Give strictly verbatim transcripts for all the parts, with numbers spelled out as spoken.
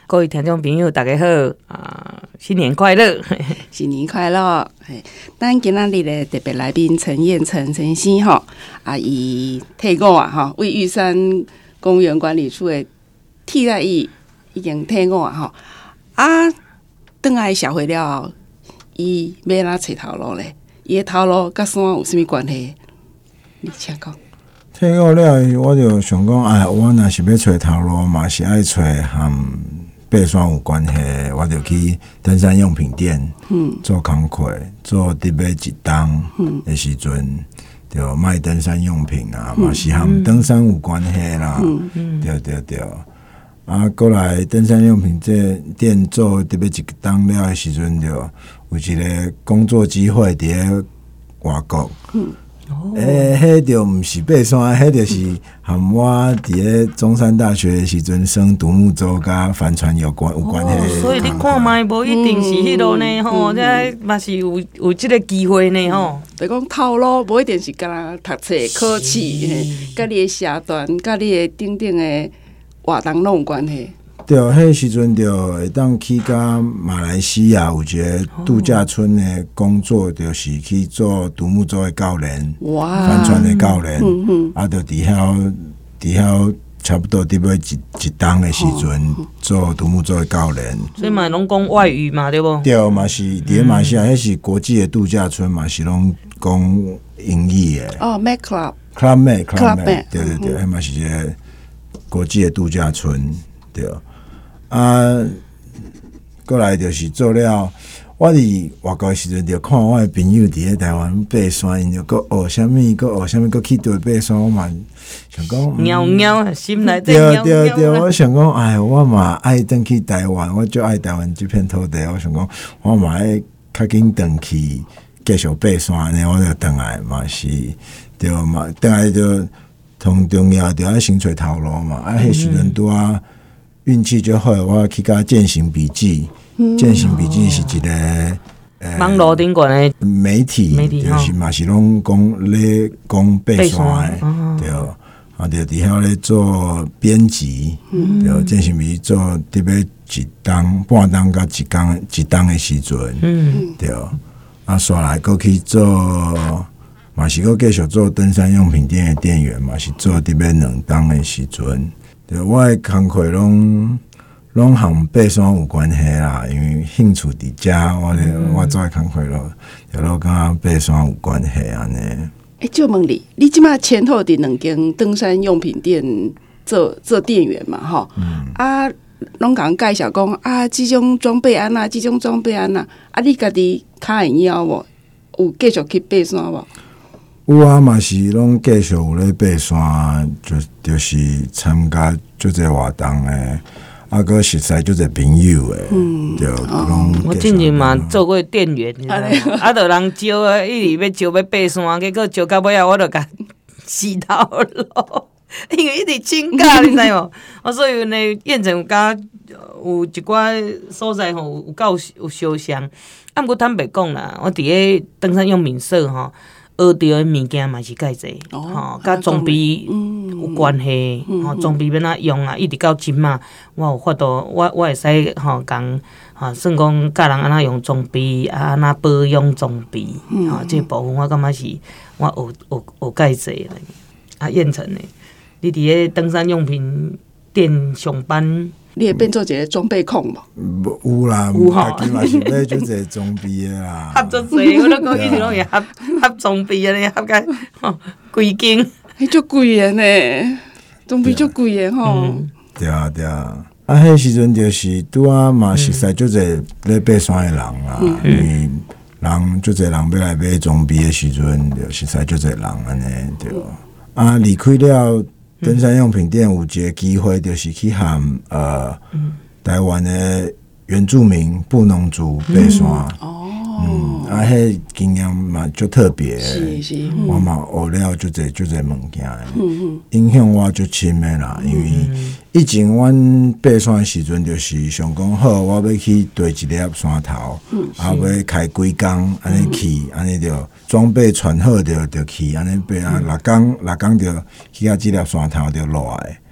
各位听众朋友大家好啊，新年快乐新年快乐。咱今仔日的特别来宾陈彦成陈先生啊，伊退伍啊吼，为玉山公园管理处的替代役已经退伍啊吼啊，转来社会了后，伊要哪找头路咧？伊的头路甲山有啥物关系？你请讲。 退伍了，我就想讲，哎，我若是要找头路嘛，是爱找和爬山有关系，我就去登山用品店、嗯、做工课，做伫要一档的时阵，就卖登山用品啊，嘛、嗯、是和登山有关系啦，嗯嗯、对对对。啊，过来登山用品这店做伫要一档了的时阵，就有一个工作机会伫咧外国。嗯诶，迄、欸、就毋是爬山，迄就是和我伫咧中山大学的时阵，升独木舟甲帆船有关有关系、哦。 所以你看卖无一定是迄路呢吼，这嘛是有有即个机会呢吼。 就讲头路无一定是干那读册考试，甲你的社团、甲你的顶顶的活动拢有关系。 对，迄时阵就会当去甲马来西亚有一个度假村的工作，就是去做独木舟的教练、帆船的教练，嗯嗯、啊，就伫遐伫遐差不多伫要一一档的时阵、哦、做独木舟的教练。 所以嘛，拢讲外语嘛，对不？ 对，嘛是伫咧马来西亚，迄是国际的度假村嘛，是拢讲英语的。 哦 ，Mate Club。Club Mate，Club Mate， 对对对，迄嘛、嗯、是一个国际的度假村，对。啊，过来就是做了。我伫外国时阵，就看我的朋友伫咧台湾爬山，因就搁学啥物，搁学啥物，搁去对爬山。我嘛想讲， 喵喵，心内底对对对，我想讲，哎，我嘛爱转去台湾，我就爱台湾这片土地。我想讲，我嘛爱较紧转去继续爬山呢，我就转来嘛是，对嘛，转来就同重要，就爱先找头路嘛。啊，迄时阵拄啊。运气就好，我去甲践行笔记，践行笔记是一个呃网络顶管的媒体，媒体就是嘛是拢讲咧讲爬山的，对，啊，就伫遐咧做编辑，对，践行笔记做特别一档、半档甲一档、一档的时阵，嗯，对，啊，刷来过去做，嘛是搁继续做登山用品店的店员，嘛是做特别两档的时阵。对，我的工课拢拢和爬山有关系啦，因为兴趣伫遮，我咧、嗯、我做的工课咯，就拢甲爬山有关系安尼。 诶，就问你，你即马前后伫两间登山用品店做做店员嘛？吼、嗯，啊，拢甲人介绍讲啊，即种装备安那，即种装备安那，啊，你家己骹会晓无？有继续去爬山无？ 有啊，嘛是拢继续有咧爬山，就就是参加足侪活动诶，啊，个熟悉足侪朋友诶，嗯，就拢。 我之前嘛做过店员，啊，就人招啊，一直要招要爬山，结果招到尾啊，我就甲死头咯，因为一直请假，你知无？啊，所以呢，燕城有甲有一寡所在吼，有够有相像。啊，毋过坦白讲啦，我伫咧登山用品社吼。学到的物件嘛是介济，吼，甲装备有关系，吼，装备要哪用啊？一直到即嘛，我有法度，我我会使吼讲，吼，算讲教人安怎用装备，啊，安怎保养装备，吼，这部分我感觉是我学学学介济咧。啊，燕城诶，你伫咧登山用品店上班？ 你会变做一个装备控无？有啦，有吼，家己嘛是买足侪装备诶啦。 合足侪，我拢讲以前拢会合合装备安尼，合甲吼规斤。 迄足贵诶呢，装备足贵诶吼。 对啊对啊，啊，迄时阵就是拄啊嘛熟悉足侪咧爬山诶人啦，因为人足侪人要来买装备诶时阵，就熟悉足侪人安尼对。啊，离开了。登山用品店有一个机会，就是去和呃、嗯、台湾的原住民布农族爬山。哦，嗯，啊，迄经验嘛足特别， 是是，嗯、 我嘛学了足侪足侪物件，嗯、影响我足深的啦。因为以前阮爬山的时阵，就是想讲好，我要去对一粒山头，嗯、啊，要开几工安尼去，安尼就装备穿好就就去，安尼爬啊，六工六工就去到这粒山头就落来。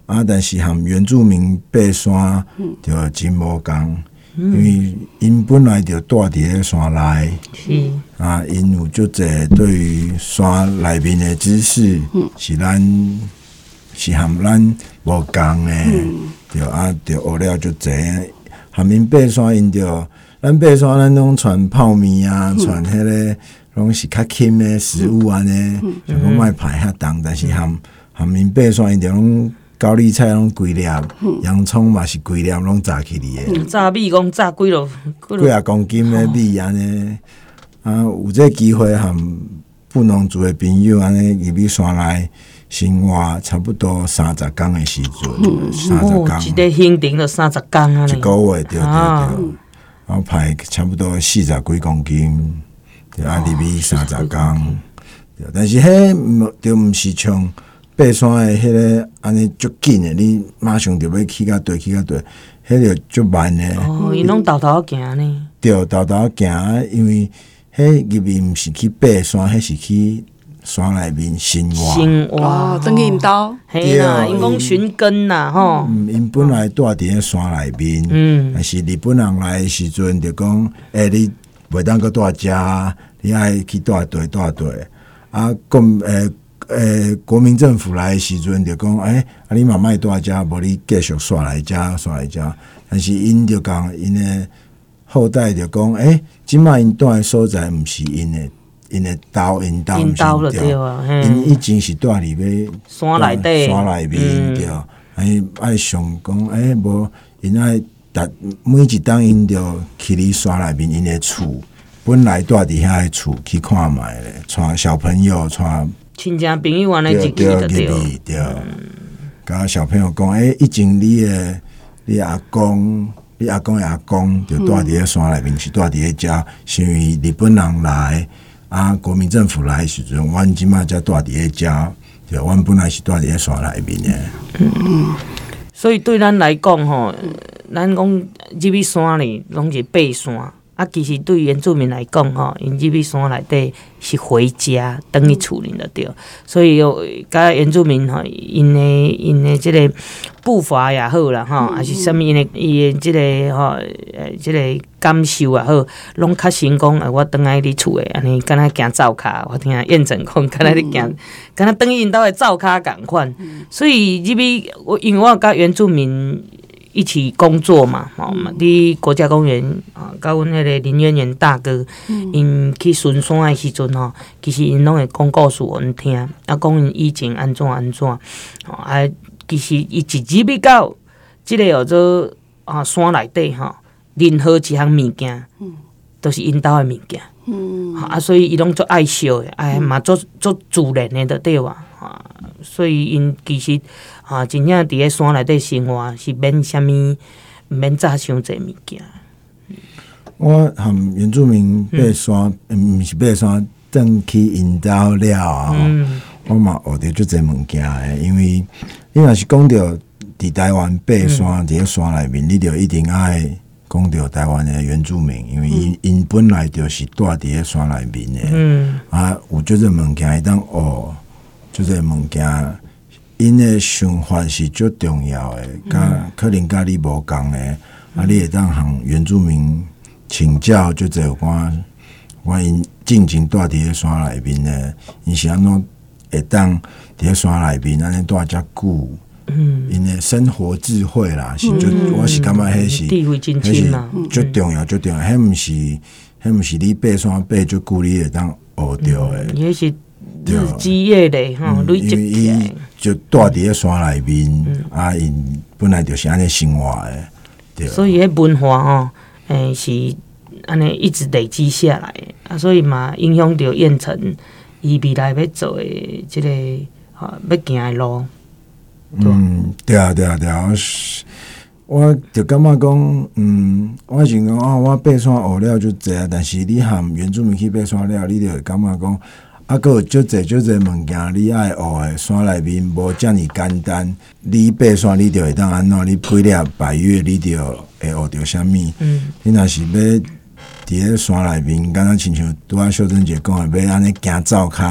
啊，但是含原住民爬山就真无共。因为因本来就住伫咧山内， 是啊，因有足侪对于山内面的知识，嗯、是咱是含咱无共的，对、嗯、啊，就学了足侪。含因爬山，因着咱爬山，咱拢传泡面啊，传迄、那个拢是较轻的食物安尼，想讲莫排遐重，但是含含因爬山，因着拢。高丽菜拢规粒，洋葱嘛是规粒，拢炸起嚟的。 炸米讲炸几落， 几啊公斤的米安尼。啊，有这机会和布农族的朋友安尼入去山内生活，差不多三十天的时阵， 嗯、 三十天。 哦，一个行程就三十天啊！ 一个月对对对，啊、然后排差不多四十几公斤，对啊，入去三十天。但是迄就毋是像。爬山诶，迄个安尼足紧诶，你马上就要去到对，去到对，迄个足慢诶。 哦，伊拢偷偷行呢。 对，偷偷行，因为迄入面毋是去爬山，迄是去山内面生活。 生活哦，登引导。 嘿啦，因讲寻根啦，吼。 嗯，因本来住伫咧山内面，嗯，但是日本人来诶时阵，就讲，诶、欸，你袂当搁住遮，你爱去住对住对，啊，讲诶。诶，国民政府来的时阵就讲，诶、欸，啊，你嘛莫住遮，无你继续刷来遮，刷来遮。但是因就讲，因的后代就讲，诶、欸，即摆因住的所在，毋是因的，因的岛，因岛毋是对啊，因以前是住伫咧山内底， 山内面对，哎，爱上讲，诶、欸，无因爱逐每一当因就去伫山内面因的厝，本来住伫遐的厝去看觅咧，带小朋友带。 亲戚朋友安尼一去就对， 对，甲小朋友讲，诶、欸，以前你诶，你阿公，你阿公诶阿公，就住伫咧山内面，是住伫咧遮，是因为日本人来，啊，国民政府来诶时阵，阮即摆才住伫咧遮，对，阮本来是住伫咧山内面诶。 嗯嗯，所以对咱来讲吼，咱讲入去山里，拢是爬山。啊，其实对原住民来讲，吼，因入去山内底是回家，等于厝里就对。所以有甲原住民吼，因的因的即个步伐也好啦，吼，还是啥物因的伊的即个吼，诶，即个感受也好，拢较成讲，诶，我倒来你厝诶，安尼敢若行灶骹，我听验证讲，敢若你行，敢若倒因兜诶灶骹共款。所以入去，我因为我甲原住民。一起工作嘛，吼、嗯，伫国家公园啊，甲阮迄个林渊源大哥，因、嗯、去巡山诶时阵吼，其实因拢会讲故事互阮听，啊，讲因以前安怎安怎，吼，啊，其实伊一入去到即个叫做啊山内底吼，任何一项物件，嗯，都是因兜诶物件，嗯，啊，所以伊拢足爱惜诶，哎嘛足足自然诶，就对哇，啊，所以因其实。啊，真正伫咧山内底生活是免啥物，免炸伤济物件。 我含原住民爬山，毋、嗯、是爬山，登去因兜了后，嗯、我嘛学着足济物件诶。因为你若是讲着伫台湾爬山，伫咧、嗯、山内面，你着一定爱讲着台湾诶原住民，因为因因、嗯、本来就是住伫咧山内面诶。嗯、啊，有足济物件会当学，足济物件。因的想法是最重要的，甲、嗯、可能甲你无共的，嗯、啊，你会当向原住民请教，就这有关，关因进前住伫咧山内面的，因是安怎会当伫咧山内面安尼住遮久，嗯，因的生活智慧啦，是最、嗯、我是感觉迄是， 迄是最重要最重要，迄毋是，迄毋是你爬山爬最久，你会当學着的。 迄、嗯、是。日积月累，吼，累积起来。 就住伫咧山内面，嗯、啊，因本来就是安尼生活诶，对。 所以迄文化吼，诶、欸、是安尼一直累积下来的，啊，所以嘛影响到燕城伊未来要做诶即、這個啊要行诶路。 嗯，对啊，对啊，对啊，我我就感觉讲，嗯，我想讲啊，我爬山學了就济啊，但是你含原住民去爬山了，你就會感覺講。啊，閣有足濟足濟物件，你愛學誒，山內面無遮爾簡單。你爬山，你就會當安怎？你每粒百岳，你就會學着啥物？嗯，你若是要佇咧山內面，敢若親像拄仔秀珍姐講誒，要安尼行灶骹，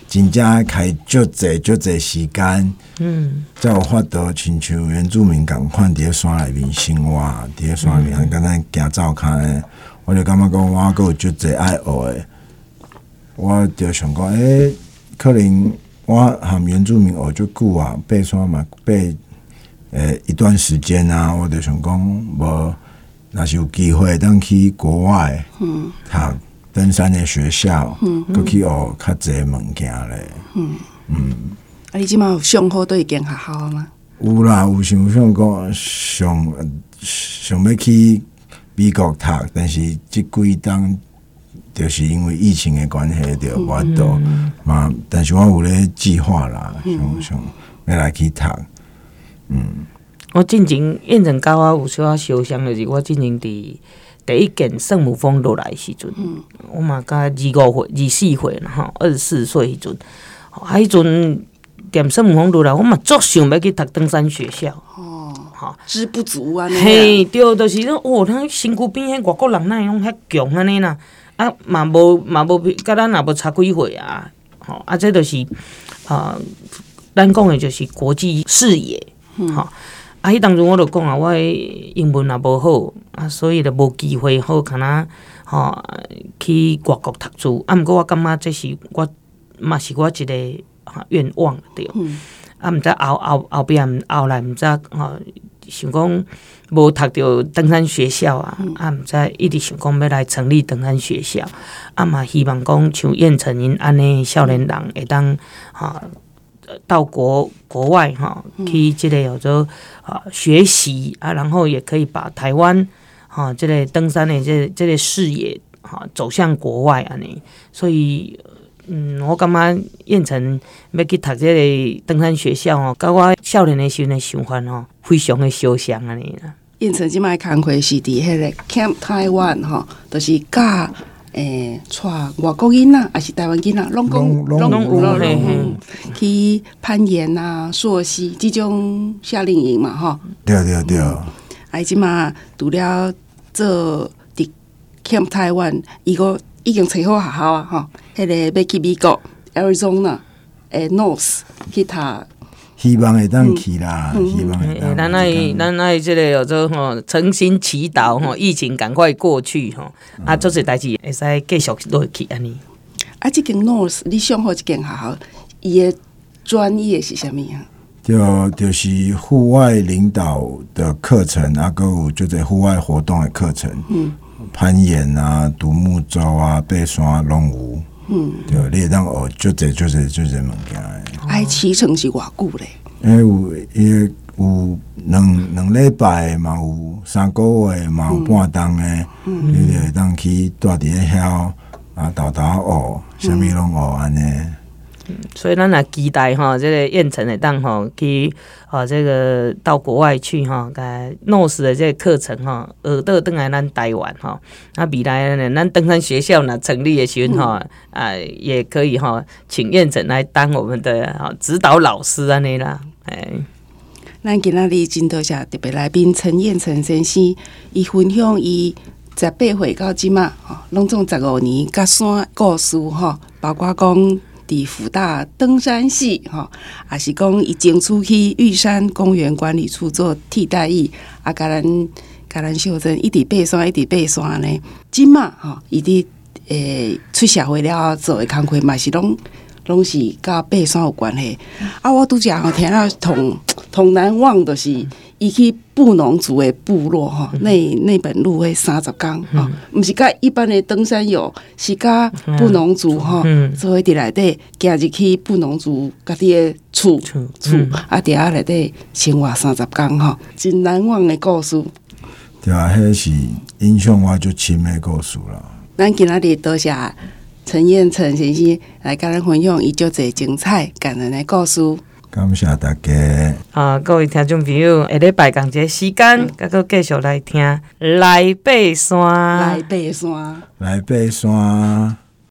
真正开足济足济时间，嗯，才有法度亲像原住民共款伫咧山内面生活，伫咧山内面敢咱行走骹诶，我就感觉讲我还有足济爱学诶，我就想讲，诶、欸，可能我含原住民学足久啊，爬山嘛爬诶、欸、一段时间啊，我就想讲，无若是有机会当去国外，嗯，读。登山的学校，嗯，佮去学较侪物件咧，嗯嗯。 啊，你即马有上好对间学校啊吗？ 有啦，有想想讲上想要去美国读，但是即几档就是因为疫情的关系，就无法度嘛。嗯、但是我有咧计划啦，想想要来去读，嗯。 我进前燕城甲我有小可相像，就是我进前伫。第一件圣母峰落来的时阵，嗯、我嘛甲二五岁、二四岁啦吼，二十四岁迄阵，啊迄阵踮圣母峰落来，我嘛足想要去读登山学校。 哦，哈，知不足啊！ 嘿，对，就是说，哦，咱身躯边迄外国人哪会拢遐强安尼啦？啊，嘛无嘛无，甲咱也无差几岁啊？吼，啊，这就是啊、呃，咱讲的就是国际视野，吼、嗯。啊！迄当中我就讲啊，我英文也无好啊，所以就无机会好，可能吼去外国读书。啊，毋过我感觉这是我嘛是我一个愿望对。嗯、啊，毋知后后后壁后来毋知吼，想讲无读着登山学校啊，嗯、啊毋知一直想讲要来成立登山学校。啊嘛，希望讲像燕城因安尼少年人会当吼。到国国外哈，去这个叫做啊学习啊，然后也可以把台湾哈这个登山的这这个视野哈走向国外安尼，所以嗯，我感觉燕城要去读这个登山学校哦，甲我少年的时阵的想法哦，非常的相像安尼啦。 燕城即摆工课是伫迄个 Camp Taiwan 吼，就是教。诶，带外国囡仔还是台湾囡仔，拢讲拢有咯，去攀岩啊、溯溪这种夏令营嘛，吼。 对对对。 啊，即马除了做伫 Camp Taiwan， 伊个已经找好学校啊，吼，迄个要去美国 Arizona 诶 North 去读。 希望会当去啦，嗯、希望会当。 咱爱咱爱即个叫做吼，诚心祈祷吼，疫情赶快过去吼，嗯、啊，做些代志会使继续落去安尼。 啊，即间 North 你上好一间学校，伊的专业是啥物啊？ 就就是户外领导的课程，啊，还有就这户外活动的课程，嗯，攀岩啊、独木舟啊、爬山拢有。嗯，对，你会当学就这就这就这物件。 哎，骑乘是偌久咧？ 因为有伊有两两礼拜嘛，有三个月嘛，有半冬诶，嗯、你就会当去住伫咧遐啊，豆豆学，啥物拢学安尼。 所以咱也期待哈，这个燕城会当吼去啊，这个到国外去哈，甲诺斯的这个课程哈，学倒转来咱台湾哈，那未来呢，咱登山学校呢成立的时候哈，啊也可以哈，请燕城来当我们的哈指导老师安尼啦，哎。 咱今仔日真多谢特别来宾陈燕城先生，伊分享伊十八岁到即马吼，拢总十五年甲山故事吼，包括讲。伫辅大登山系，吼，也是讲伊争取去玉山公园管理处做替代役，啊，甲咱甲咱秀珍一直爬山，一直爬山呢。即马吼，伊伫诶出社会了做诶工课嘛是拢拢是甲爬山有关系。啊，我拄则吼听到同同难忘的是。伊去布农族诶部落吼，那那本路诶三十天吼，毋是甲一般诶登山友，是甲布农族吼，所以伫内底行入去布农族家己诶厝厝，啊，伫遐内底生活三十天吼，真难忘诶故事。 对啊，迄是影响我足深诶故事啦。 咱今仔日多谢陈燕城先生来甲咱分享伊足侪精彩感人诶故事。 感谢大家！ 啊，各位听众朋友，下礼拜同一个时间，再搁继续来听来爬山， 来爬山， 来爬山。